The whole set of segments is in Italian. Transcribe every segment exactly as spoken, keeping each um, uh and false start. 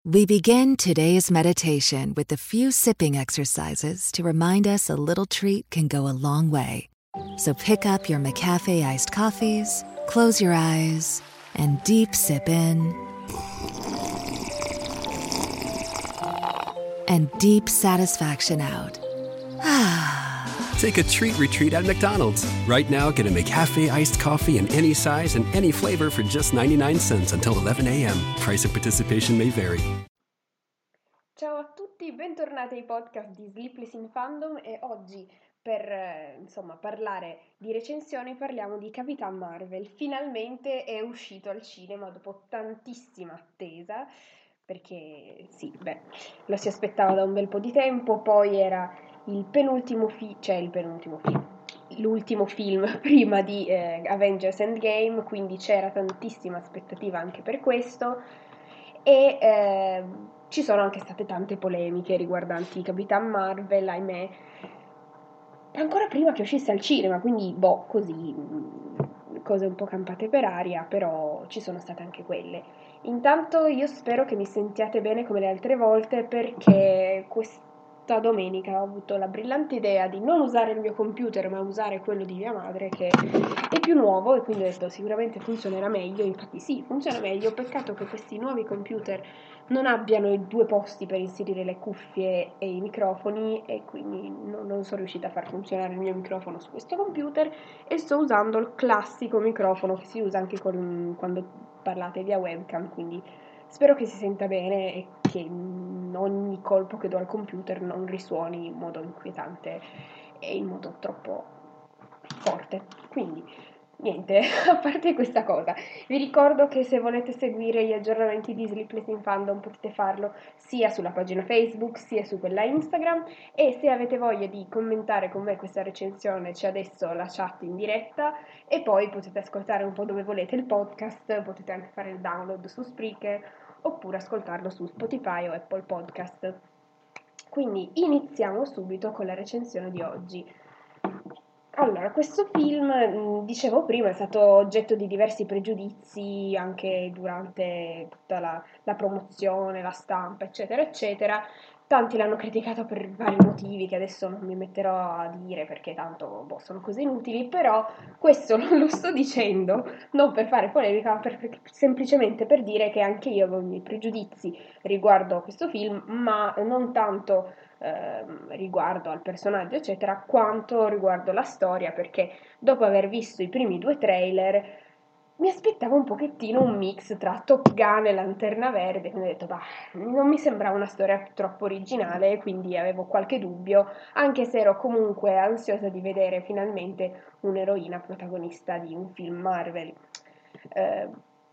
We begin today's meditation with a few sipping exercises to remind us a little treat can go a long way. So pick up your McCafe iced coffees, close your eyes, and deep sip in. And deep satisfaction out. Take a treat retreat at McDonald's. Right now, get a McCafe iced coffee in any size and any flavor for just ninety-nine cents until eleven a.m. Price of participation may vary. Ciao a tutti, bentornati ai podcast di Sleepless in Fandom e oggi per eh, insomma parlare di recensioni parliamo di Capitan Marvel. Finalmente è uscito al cinema dopo tantissima attesa, perché sì, beh, lo si aspettava da un bel po' di tempo, poi era il penultimo film, cioè il penultimo film, l'ultimo film prima di eh, Avengers Endgame, quindi c'era tantissima aspettativa anche per questo e eh, ci sono anche state tante polemiche riguardanti Capitan Marvel, ahimè, ancora prima che uscisse al cinema, quindi boh, così, cose un po' campate per aria, però ci sono state anche quelle. Intanto io spero che mi sentiate bene come le altre volte, perché questa domenica ho avuto la brillante idea di non usare il mio computer ma usare quello di mia madre, che è più nuovo, e quindi ho detto sicuramente funzionerà meglio. Infatti sì, funziona meglio, peccato che questi nuovi computer non abbiano i due posti per inserire le cuffie e i microfoni, e quindi non, non sono riuscita a far funzionare il mio microfono su questo computer e sto usando il classico microfono che si usa anche con, quando parlate via webcam, quindi spero che si senta bene e che ogni colpo che do al computer non risuoni in modo inquietante e in modo troppo forte. Quindi niente, a parte questa cosa, vi ricordo che se volete seguire gli aggiornamenti di Sleepless in Fandom potete farlo sia sulla pagina Facebook sia su quella Instagram, e se avete voglia di commentare con me questa recensione c'è adesso la chat in diretta, e poi potete ascoltare un po' dove volete il podcast, potete anche fare il download su Spreaker oppure ascoltarlo su Spotify o Apple Podcast. Quindi iniziamo subito con la recensione di oggi. Allora, questo film, dicevo prima, è stato oggetto di diversi pregiudizi anche durante tutta la, la promozione, la stampa, eccetera, eccetera. Tanti l'hanno criticato per vari motivi che adesso non mi metterò a dire, perché tanto boh, sono cose inutili, però questo lo, lo sto dicendo non per fare polemica, ma per, per, semplicemente per dire che anche io avevo i miei pregiudizi riguardo a questo film, ma non tanto Ehm, riguardo al personaggio eccetera quanto riguardo la storia, perché dopo aver visto i primi due trailer mi aspettavo un pochettino un mix tra Top Gun e Lanterna Verde, quindi ho detto bah, non mi sembrava una storia troppo originale, quindi avevo qualche dubbio, anche se ero comunque ansiosa di vedere finalmente un'eroina protagonista di un film Marvel. Eh,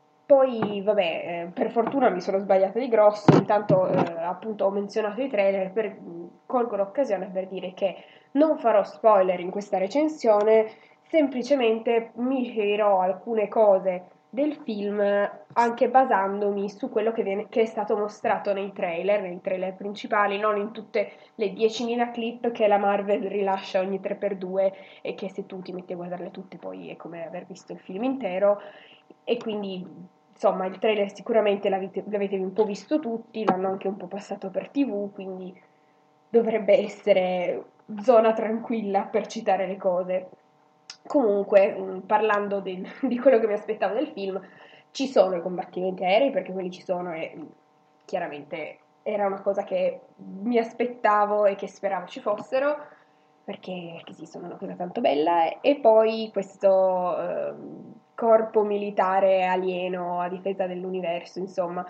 poi, vabbè, eh, per fortuna mi sono sbagliata di grosso, intanto eh, appunto ho menzionato i trailer, per, colgo l'occasione per dire che non farò spoiler in questa recensione, semplicemente mi riferirò a alcune cose del film anche basandomi su quello che, viene, che è stato mostrato nei trailer, nei trailer principali, non in tutte le diecimila clip che la Marvel rilascia ogni tre per due e che se tu ti metti a guardarle tutte poi è come aver visto il film intero. E quindi insomma il trailer sicuramente l'avete, l'avete un po' visto tutti, l'hanno anche un po' passato per tivù, quindi dovrebbe essere zona tranquilla per citare le cose. Comunque, mh, parlando del, di quello che mi aspettavo del film, ci sono i combattimenti aerei, perché quelli ci sono e mh, chiaramente era una cosa che mi aspettavo e che speravo ci fossero, perché, perché sì, sono una cosa tanto bella. E poi questo eh, corpo militare alieno a difesa dell'universo, insomma,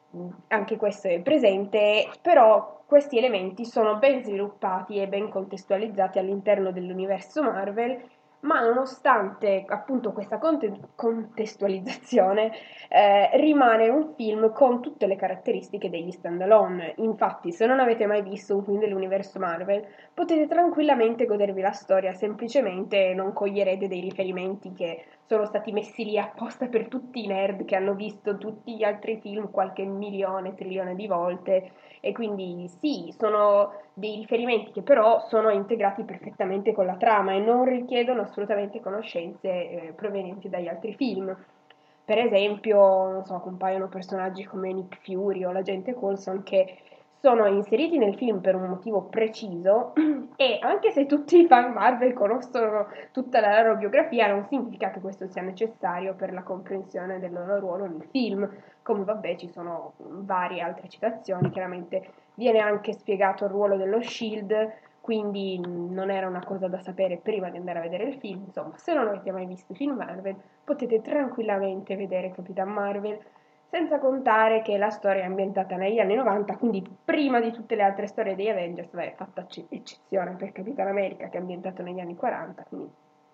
anche questo è presente, però questi elementi sono ben sviluppati e ben contestualizzati all'interno dell'universo Marvel, ma nonostante appunto questa conte- contestualizzazione eh, rimane un film con tutte le caratteristiche degli standalone. Infatti, se non avete mai visto un film dell'universo Marvel, potete tranquillamente godervi la storia, semplicemente non coglierete dei riferimenti che sono stati messi lì apposta per tutti i nerd che hanno visto tutti gli altri film qualche milione, trilione di volte, e quindi sì, sono dei riferimenti che però sono integrati perfettamente con la trama e non richiedono assolutamente conoscenze eh, provenienti dagli altri film. per esempio, non so, compaiono personaggi come Nick Fury o l'agente Coulson che sono inseriti nel film per un motivo preciso e anche se tutti i fan Marvel conoscono tutta la loro biografia, non significa che questo sia necessario per la comprensione del loro ruolo nel film, come vabbè ci sono varie altre citazioni, chiaramente viene anche spiegato il ruolo dello Shield, quindi non era una cosa da sapere prima di andare a vedere il film, insomma, se non avete mai visto i film Marvel potete tranquillamente vedere Capitan Marvel, senza contare che la storia è ambientata negli anni novanta, quindi prima di tutte le altre storie degli Avengers, beh, fatta eccezione per Capitan America che è ambientato negli anni quaranta, quindi...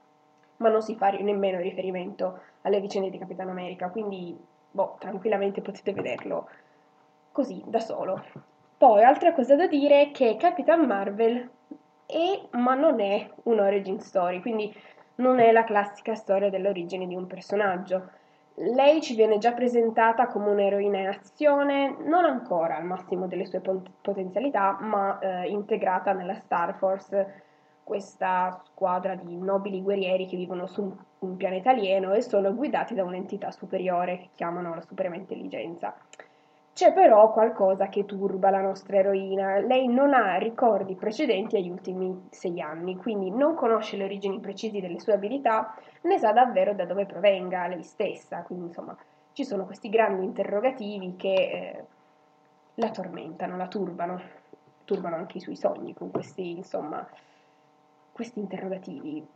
ma non si fa nemmeno riferimento alle vicende di Capitan America, quindi boh, tranquillamente potete vederlo così, da solo. Poi, altra cosa da dire è che Capitan Marvel è, ma non è un origin story, quindi non è la classica storia dell'origine di un personaggio. Lei ci viene già presentata come un'eroina in azione, non ancora al massimo delle sue pot- potenzialità, ma eh, integrata nella Star Force, questa squadra di nobili guerrieri che vivono su un, un pianeta alieno e sono guidati da un'entità superiore che chiamano la suprema intelligenza. C'è però qualcosa che turba la nostra eroina. Lei non ha ricordi precedenti agli ultimi sei anni, quindi non conosce le origini precise delle sue abilità, né sa davvero da dove provenga lei stessa. Quindi, insomma, ci sono questi grandi interrogativi che eh, la tormentano, la turbano, turbano anche i suoi sogni con questi, insomma, questi interrogativi.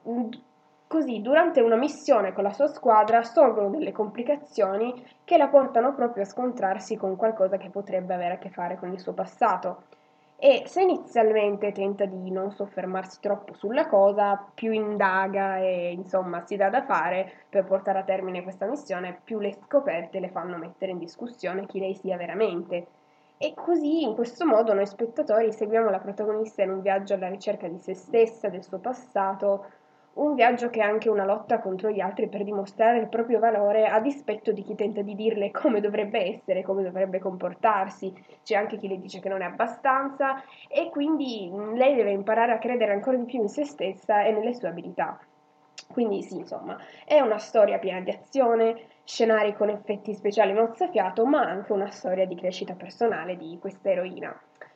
Così, durante una missione con la sua squadra, sorgono delle complicazioni che la portano proprio a scontrarsi con qualcosa che potrebbe avere a che fare con il suo passato. E se inizialmente tenta di non soffermarsi troppo sulla cosa, più indaga e insomma si dà da fare per portare a termine questa missione, più le scoperte le fanno mettere in discussione chi lei sia veramente. E così, in questo modo, noi spettatori seguiamo la protagonista in un viaggio alla ricerca di se stessa, del suo passato, un viaggio che è anche una lotta contro gli altri per dimostrare il proprio valore a dispetto di chi tenta di dirle come dovrebbe essere, come dovrebbe comportarsi. C'è anche chi le dice che non è abbastanza e quindi lei deve imparare a credere ancora di più in se stessa e nelle sue abilità. Quindi sì, insomma, è una storia piena di azione, scenari con effetti speciali mozzafiato, ma anche una storia di crescita personale di questa eroina.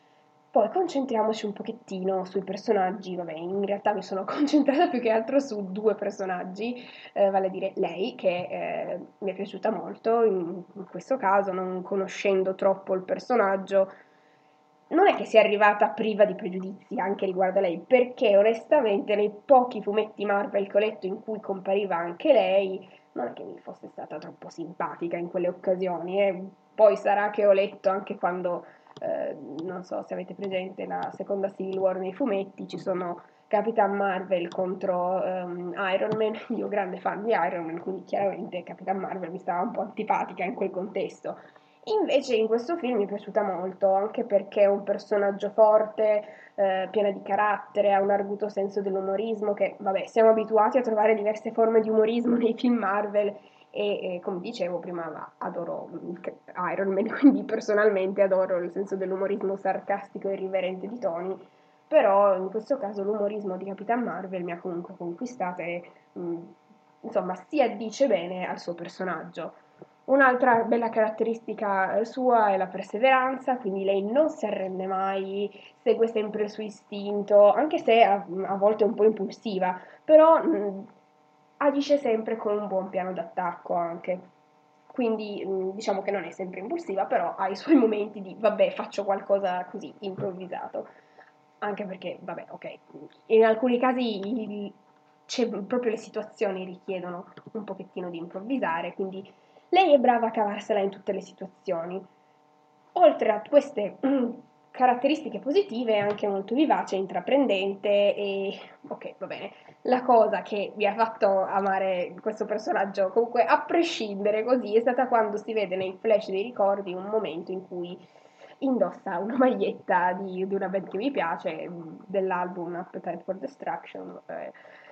Poi concentriamoci un pochettino sui personaggi, vabbè, in realtà mi sono concentrata più che altro su due personaggi, eh, vale a dire lei, che eh, mi è piaciuta molto in, in questo caso, non conoscendo troppo il personaggio, non è che sia arrivata priva di pregiudizi anche riguardo a lei, perché onestamente nei pochi fumetti Marvel che ho letto in cui compariva anche lei, non è che mi fosse stata troppo simpatica in quelle occasioni, e poi sarà che ho letto anche quando, eh, non so se avete presente la seconda Civil War nei fumetti, ci sono Capitan Marvel contro um, Iron Man, io grande fan di Iron Man, quindi chiaramente Capitan Marvel mi stava un po' antipatica in quel contesto. Invece in questo film mi è piaciuta molto, anche perché è un personaggio forte, eh, piena di carattere, ha un arguto senso dell'umorismo, che vabbè, siamo abituati a trovare diverse forme di umorismo nei film Marvel e, e come dicevo prima adoro Iron Man, quindi personalmente adoro il senso dell'umorismo sarcastico e irriverente di Tony, però in questo caso l'umorismo di Capitan Marvel mi ha comunque conquistata e mh, insomma si addice bene al suo personaggio. Un'altra bella caratteristica eh, sua è la perseveranza, quindi lei non si arrende mai, segue sempre il suo istinto, anche se a, a volte è un po' impulsiva, però mh, agisce sempre con un buon piano d'attacco anche. Quindi mh, diciamo che non è sempre impulsiva, però ha i suoi momenti di vabbè, faccio qualcosa così improvvisato. Anche perché, vabbè, ok, in alcuni casi il- c'è proprio le situazioni richiedono un pochettino di improvvisare, quindi lei è brava a cavarsela in tutte le situazioni. Oltre a queste mm, caratteristiche positive, è anche molto vivace, intraprendente e... ok, va bene. La cosa che mi ha fatto amare questo personaggio, comunque a prescindere così, è stata quando si vede nei flash dei ricordi un momento in cui indossa una maglietta di, di una band che mi piace, dell'album Appetite for Destruction. Eh,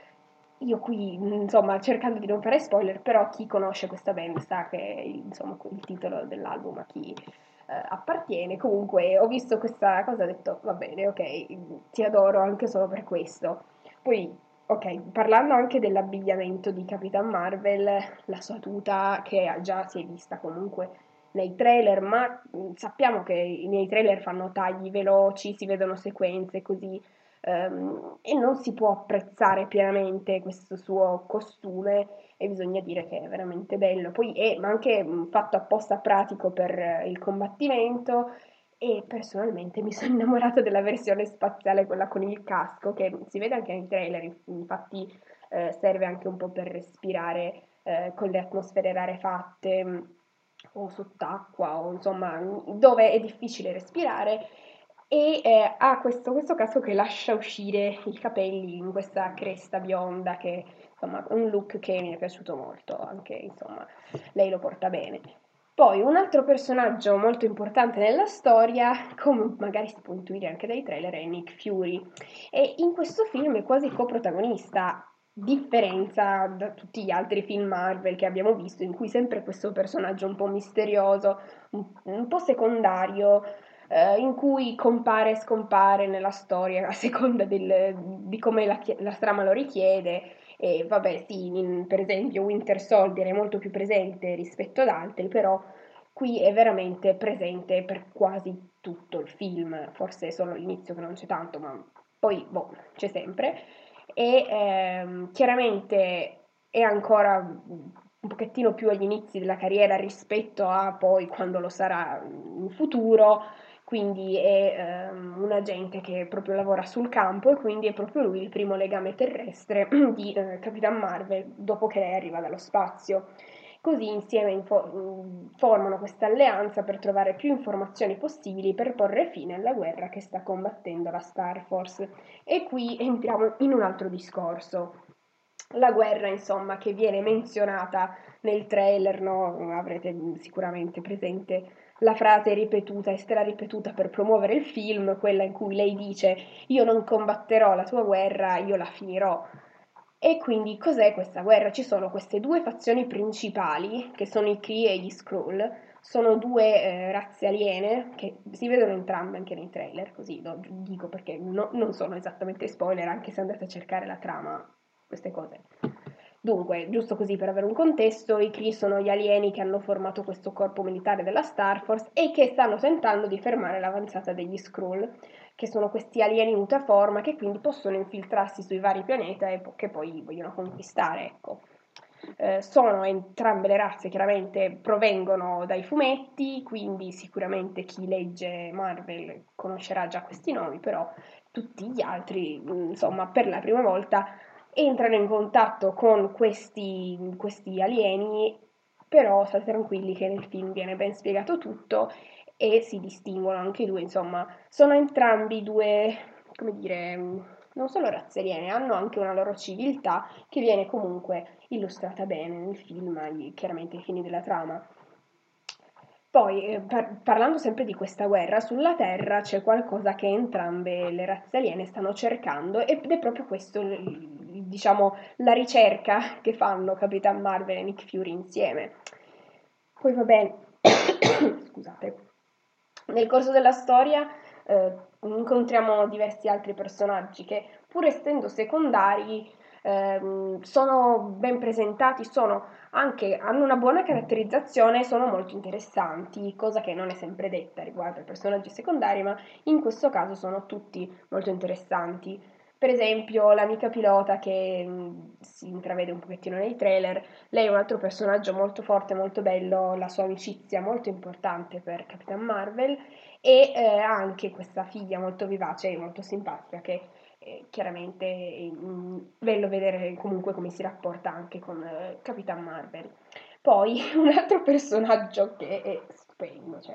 io qui, insomma, cercando di non fare spoiler, però chi conosce questa band sa che è insomma, il titolo dell'album a chi eh, appartiene. Comunque ho visto questa cosa e ho detto, va bene, ok, ti adoro anche solo per questo. Poi ok, parlando anche dell'abbigliamento di Capitan Marvel, la sua tuta che già si è vista comunque nei trailer, ma sappiamo che nei trailer fanno tagli veloci, si vedono sequenze così, ehm, e non si può apprezzare pienamente questo suo costume e bisogna dire che è veramente bello. Poi è anche fatto apposta pratico per il combattimento e personalmente mi sono innamorata della versione spaziale, quella con il casco, che si vede anche nei trailer, infatti eh, serve anche un po' per respirare eh, con le atmosfere rarefatte mh, o sott'acqua o insomma dove è difficile respirare e eh, ha questo, questo casco che lascia uscire i capelli in questa cresta bionda che insomma è un look che mi è piaciuto molto, anche insomma lei lo porta bene. Poi un altro personaggio molto importante nella storia, come magari si può intuire anche dai trailer, è Nick Fury. E in questo film è quasi coprotagonista, differenza da tutti gli altri film Marvel che abbiamo visto, in cui sempre questo personaggio un po' misterioso, un, un po' secondario, eh, in cui compare e scompare nella storia a seconda del, di come la, la trama lo richiede. E vabbè, sì, in, per esempio Winter Soldier è molto più presente rispetto ad altri, però qui è veramente presente per quasi tutto il film, forse solo all'inizio che non c'è tanto, ma poi boh, c'è sempre. E ehm, chiaramente è ancora un pochettino più agli inizi della carriera rispetto a poi quando lo sarà in futuro, quindi è ehm, un agente che proprio lavora sul campo e quindi è proprio lui il primo legame terrestre di eh, Capitan Marvel dopo che lei arriva dallo spazio. Così insieme info- formano questa alleanza per trovare più informazioni possibili per porre fine alla guerra che sta combattendo la Star Force. E qui entriamo in un altro discorso. La guerra, insomma, che viene menzionata nel trailer, no? Avrete sicuramente presente la frase ripetuta e sarà ripetuta per promuovere il film, quella in cui lei dice io non combatterò la tua guerra, io la finirò. E quindi cos'è questa guerra? Ci sono queste due fazioni principali, che sono i Kree e gli Skrull, sono due eh, razze aliene che si vedono entrambe anche nei trailer, così lo dico perché no, non sono esattamente spoiler, anche se andate a cercare la trama, queste cose. Dunque, giusto così per avere un contesto, i Kree sono gli alieni che hanno formato questo corpo militare della Star Force e che stanno tentando di fermare l'avanzata degli Skrull, che sono questi alieni mutaforma che quindi possono infiltrarsi sui vari pianeti e che poi vogliono conquistare, ecco. Eh, sono entrambe le razze, chiaramente provengono dai fumetti, quindi sicuramente chi legge Marvel conoscerà già questi nomi, però tutti gli altri, insomma, per la prima volta entrano in contatto con questi, questi alieni, però state tranquilli che nel film viene ben spiegato tutto e si distinguono anche i due, insomma, sono entrambi due, come dire, non solo razze aliene, hanno anche una loro civiltà che viene comunque illustrata bene nel film, chiaramente ai fini della trama. Poi, eh, par- parlando sempre di questa guerra, sulla Terra c'è qualcosa che entrambe le razze aliene stanno cercando ed è proprio questo, il- diciamo, la ricerca che fanno Capitan Marvel e Nick Fury insieme. Poi va bene, scusate, nel corso della storia eh, incontriamo diversi altri personaggi che, pur essendo secondari, ehm, sono ben presentati, sono anche, hanno una buona caratterizzazione e sono molto interessanti, cosa che non è sempre detta riguardo ai personaggi secondari, ma in questo caso sono tutti molto interessanti. Per esempio, l'amica pilota che mh, si intravede un pochettino nei trailer, lei è un altro personaggio molto forte, molto bello, la sua amicizia molto importante per Capitan Marvel e eh, ha anche questa figlia molto vivace e molto simpatica che eh, chiaramente è mm, bello vedere comunque come si rapporta anche con eh, Capitan Marvel. Poi un altro personaggio che è stupendo, cioè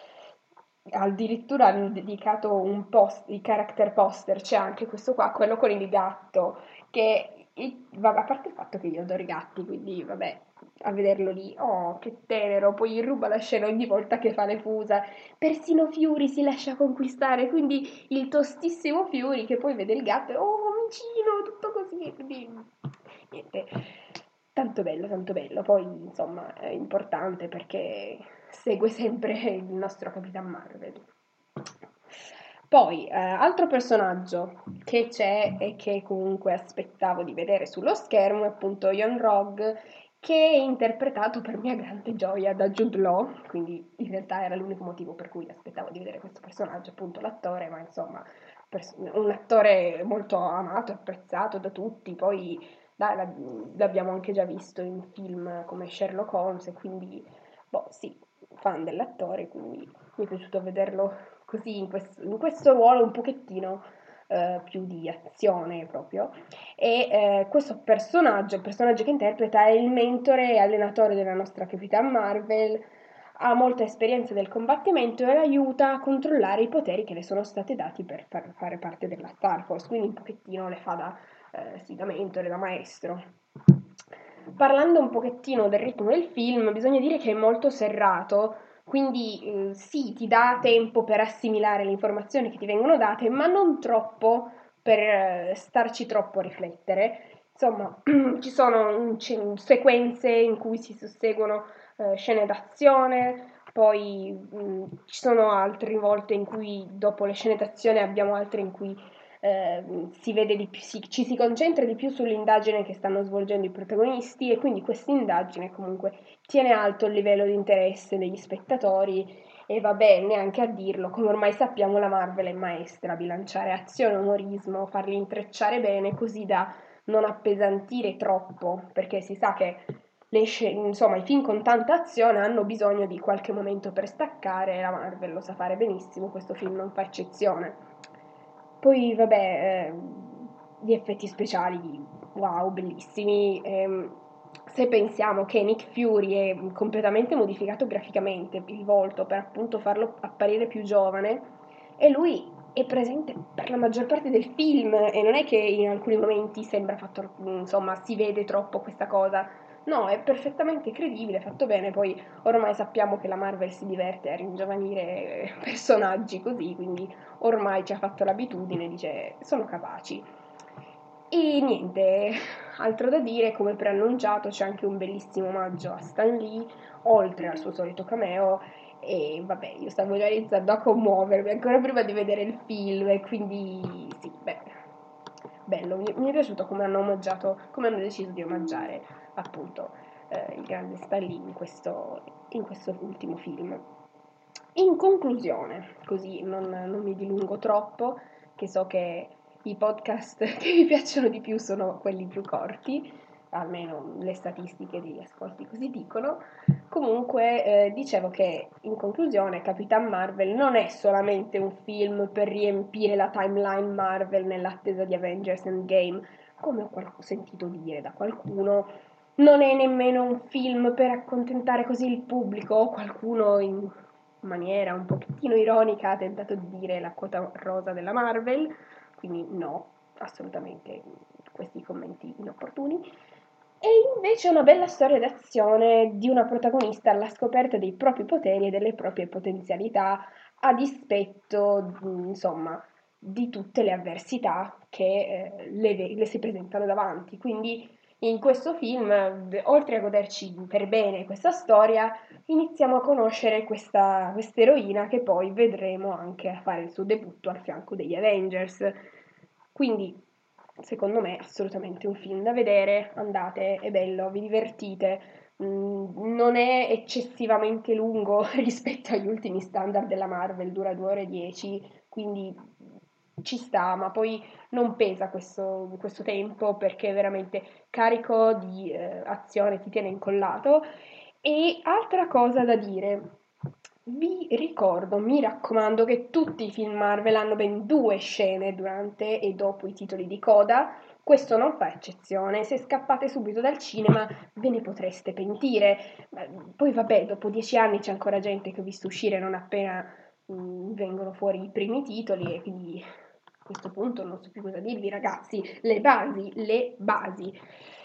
addirittura hanno dedicato un post, i character poster, c'è anche questo qua, quello con il gatto, che il, vabbè, a parte il fatto che io adoro i gatti, quindi vabbè, a vederlo lì, oh che tenero, poi ruba la scena ogni volta che fa le fusa, persino Fury si lascia conquistare, quindi il tostissimo Fury che poi vede il gatto e oh vicino, tutto così, quindi niente, tanto bello, tanto bello, poi insomma è importante perché segue sempre il nostro Capitan Marvel. Poi, eh, altro personaggio che c'è e che comunque aspettavo di vedere sullo schermo è appunto Young Rogue, che è interpretato per mia grande gioia da Jude Law, quindi in realtà era l'unico motivo per cui aspettavo di vedere questo personaggio, appunto l'attore, ma insomma pers- un attore molto amato e apprezzato da tutti, poi dai, l'ab- l'abbiamo anche già visto in film come Sherlock Holmes, e quindi, boh, sì, fan dell'attore, quindi mi è piaciuto vederlo così in questo, in questo ruolo un pochettino eh, più di azione proprio. E eh, questo personaggio, il personaggio che interpreta, è il mentore e allenatore della nostra Capitan Marvel, ha molta esperienza del combattimento e aiuta a controllare i poteri che le sono stati dati per far, fare parte della Star Force, quindi un pochettino le fa da, eh, sì, da mentore, da maestro. Parlando un pochettino del ritmo del film, bisogna dire che è molto serrato, quindi eh, sì, ti dà tempo per assimilare le informazioni che ti vengono date, ma non troppo per eh, starci troppo a riflettere. Insomma, ci sono c- sequenze in cui si susseguono eh, scene d'azione, poi mh, ci sono altre volte in cui dopo le scene d'azione abbiamo altre in cui eh, si vede di più, si, ci si concentra di più sull'indagine che stanno svolgendo i protagonisti, e quindi questa indagine comunque tiene alto il livello di interesse degli spettatori. E vabbè, neanche a dirlo, come ormai sappiamo la Marvel è maestra a bilanciare azione e umorismo, farli intrecciare bene così da non appesantire troppo, perché si sa che le sc- insomma, i film con tanta azione hanno bisogno di qualche momento per staccare, e la Marvel lo sa fare benissimo, questo film non fa eccezione. Poi, vabbè, eh, gli effetti speciali, wow, bellissimi. Ehm, se pensiamo che Nick Fury è completamente modificato graficamente il volto per appunto farlo apparire più giovane, e lui è presente per la maggior parte del film, e non è che in alcuni momenti sembra fatto, insomma, si vede troppo questa cosa. No, è perfettamente credibile, fatto bene. Poi ormai sappiamo che la Marvel si diverte a ringiovanire personaggi così, quindi ormai ci ha fatto l'abitudine, dice sono capaci. E niente, altro da dire, come preannunciato c'è anche un bellissimo omaggio a Stan Lee, oltre al suo solito cameo, e vabbè, io stavo già iniziando a commuovermi ancora prima di vedere il film, e quindi sì, beh, bello, mi, mi è piaciuto come hanno omaggiato, come hanno deciso di omaggiare appunto eh, il grande Stan Lee in questo, in questo ultimo film. In conclusione, così non, non mi dilungo troppo, che so che i podcast che mi piacciono di più sono quelli più corti, almeno le statistiche degli ascolti così dicono. Comunque, eh, dicevo che in conclusione Capitan Marvel non è solamente un film per riempire la timeline Marvel nell'attesa di Avengers Endgame, come ho qual- sentito dire da qualcuno. Non è nemmeno un film per accontentare così il pubblico, o qualcuno in maniera un pochettino ironica ha tentato di dire la quota rosa della Marvel, quindi no, assolutamente questi commenti inopportuni. E invece è una bella storia d'azione di una protagonista alla scoperta dei propri poteri e delle proprie potenzialità, a dispetto, insomma, di tutte le avversità che eh, le, le si presentano davanti. Quindi in questo film, oltre a goderci per bene questa storia, iniziamo a conoscere questa questa eroina, che poi vedremo anche a fare il suo debutto al fianco degli Avengers. Quindi, secondo me, assolutamente un film da vedere, andate, è bello, vi divertite. Mm, non è eccessivamente lungo rispetto agli ultimi standard della Marvel, dura due ore e dieci, quindi ci sta, ma poi non pesa questo, questo tempo, perché è veramente carico di eh, azione, ti tiene incollato. E altra cosa da dire, vi ricordo, mi raccomando, che tutti i film Marvel hanno ben due scene durante e dopo i titoli di coda. Questo non fa eccezione, se scappate subito dal cinema ve ne potreste pentire. Poi vabbè, dopo dieci anni c'è ancora gente che ho visto uscire non appena mh, vengono fuori i primi titoli, e quindi a questo punto non so più cosa dirvi, ragazzi, le basi, le basi.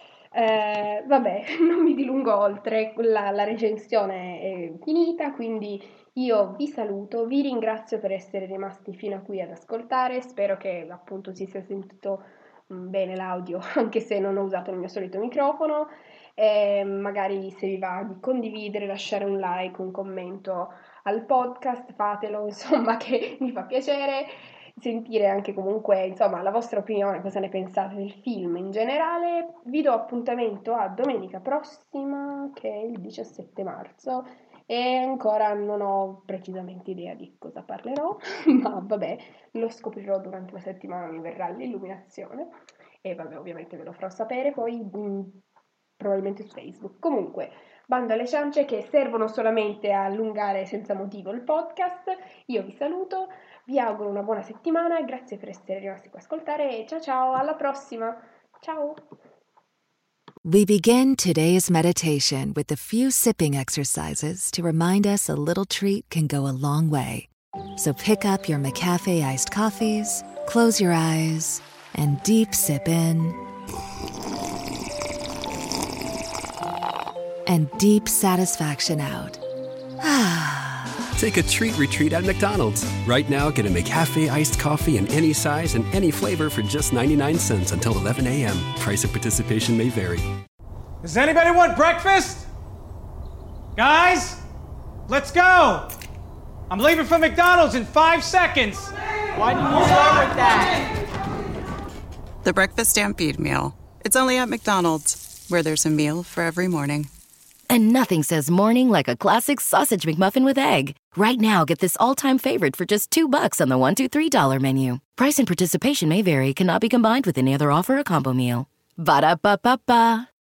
Eh, vabbè, non mi dilungo oltre, la, la recensione è finita, quindi io vi saluto, vi ringrazio per essere rimasti fino a qui ad ascoltare, spero che appunto si sia sentito mh, bene l'audio, anche se non ho usato il mio solito microfono. E magari se vi va di condividere, lasciare un like, un commento al podcast, fatelo, insomma, che mi fa piacere. sentire anche comunque, insomma, la vostra opinione, cosa ne pensate del film in generale. Vi do appuntamento a domenica prossima, che è il diciassette marzo, e ancora non ho precisamente idea di cosa parlerò, ma vabbè, lo scoprirò durante la settimana, mi verrà l'illuminazione e vabbè, ovviamente ve lo farò sapere poi mh, probabilmente su Facebook. Comunque, bando alle ciance che servono solamente a allungare senza motivo il podcast. Io vi saluto, vi auguro una buona settimana, grazie per essere rimasti qui a ascoltare e ciao ciao, alla prossima, ciao! We begin today's meditation with a few sipping exercises to remind us a little treat can go a long way. So pick up your McCafe iced coffees, close your eyes, and deep sip in. And deep satisfaction out. Take a treat retreat at McDonald's. Right now, get a McCafe iced coffee in any size and any flavor for just ninety-nine cents until eleven a.m. Price and participation may vary. Does anybody want breakfast? Guys, let's go. I'm leaving for McDonald's in five seconds. Why didn't you start with that? The Breakfast Stampede Meal. It's only at McDonald's, where there's a meal for every morning. And nothing says morning like a classic sausage McMuffin with egg. Right now, get this all-time favorite for just two bucks on the one, two, three dollar menu. Price and participation may vary. Cannot be combined with any other offer or combo meal. Ba-da-ba-ba-ba.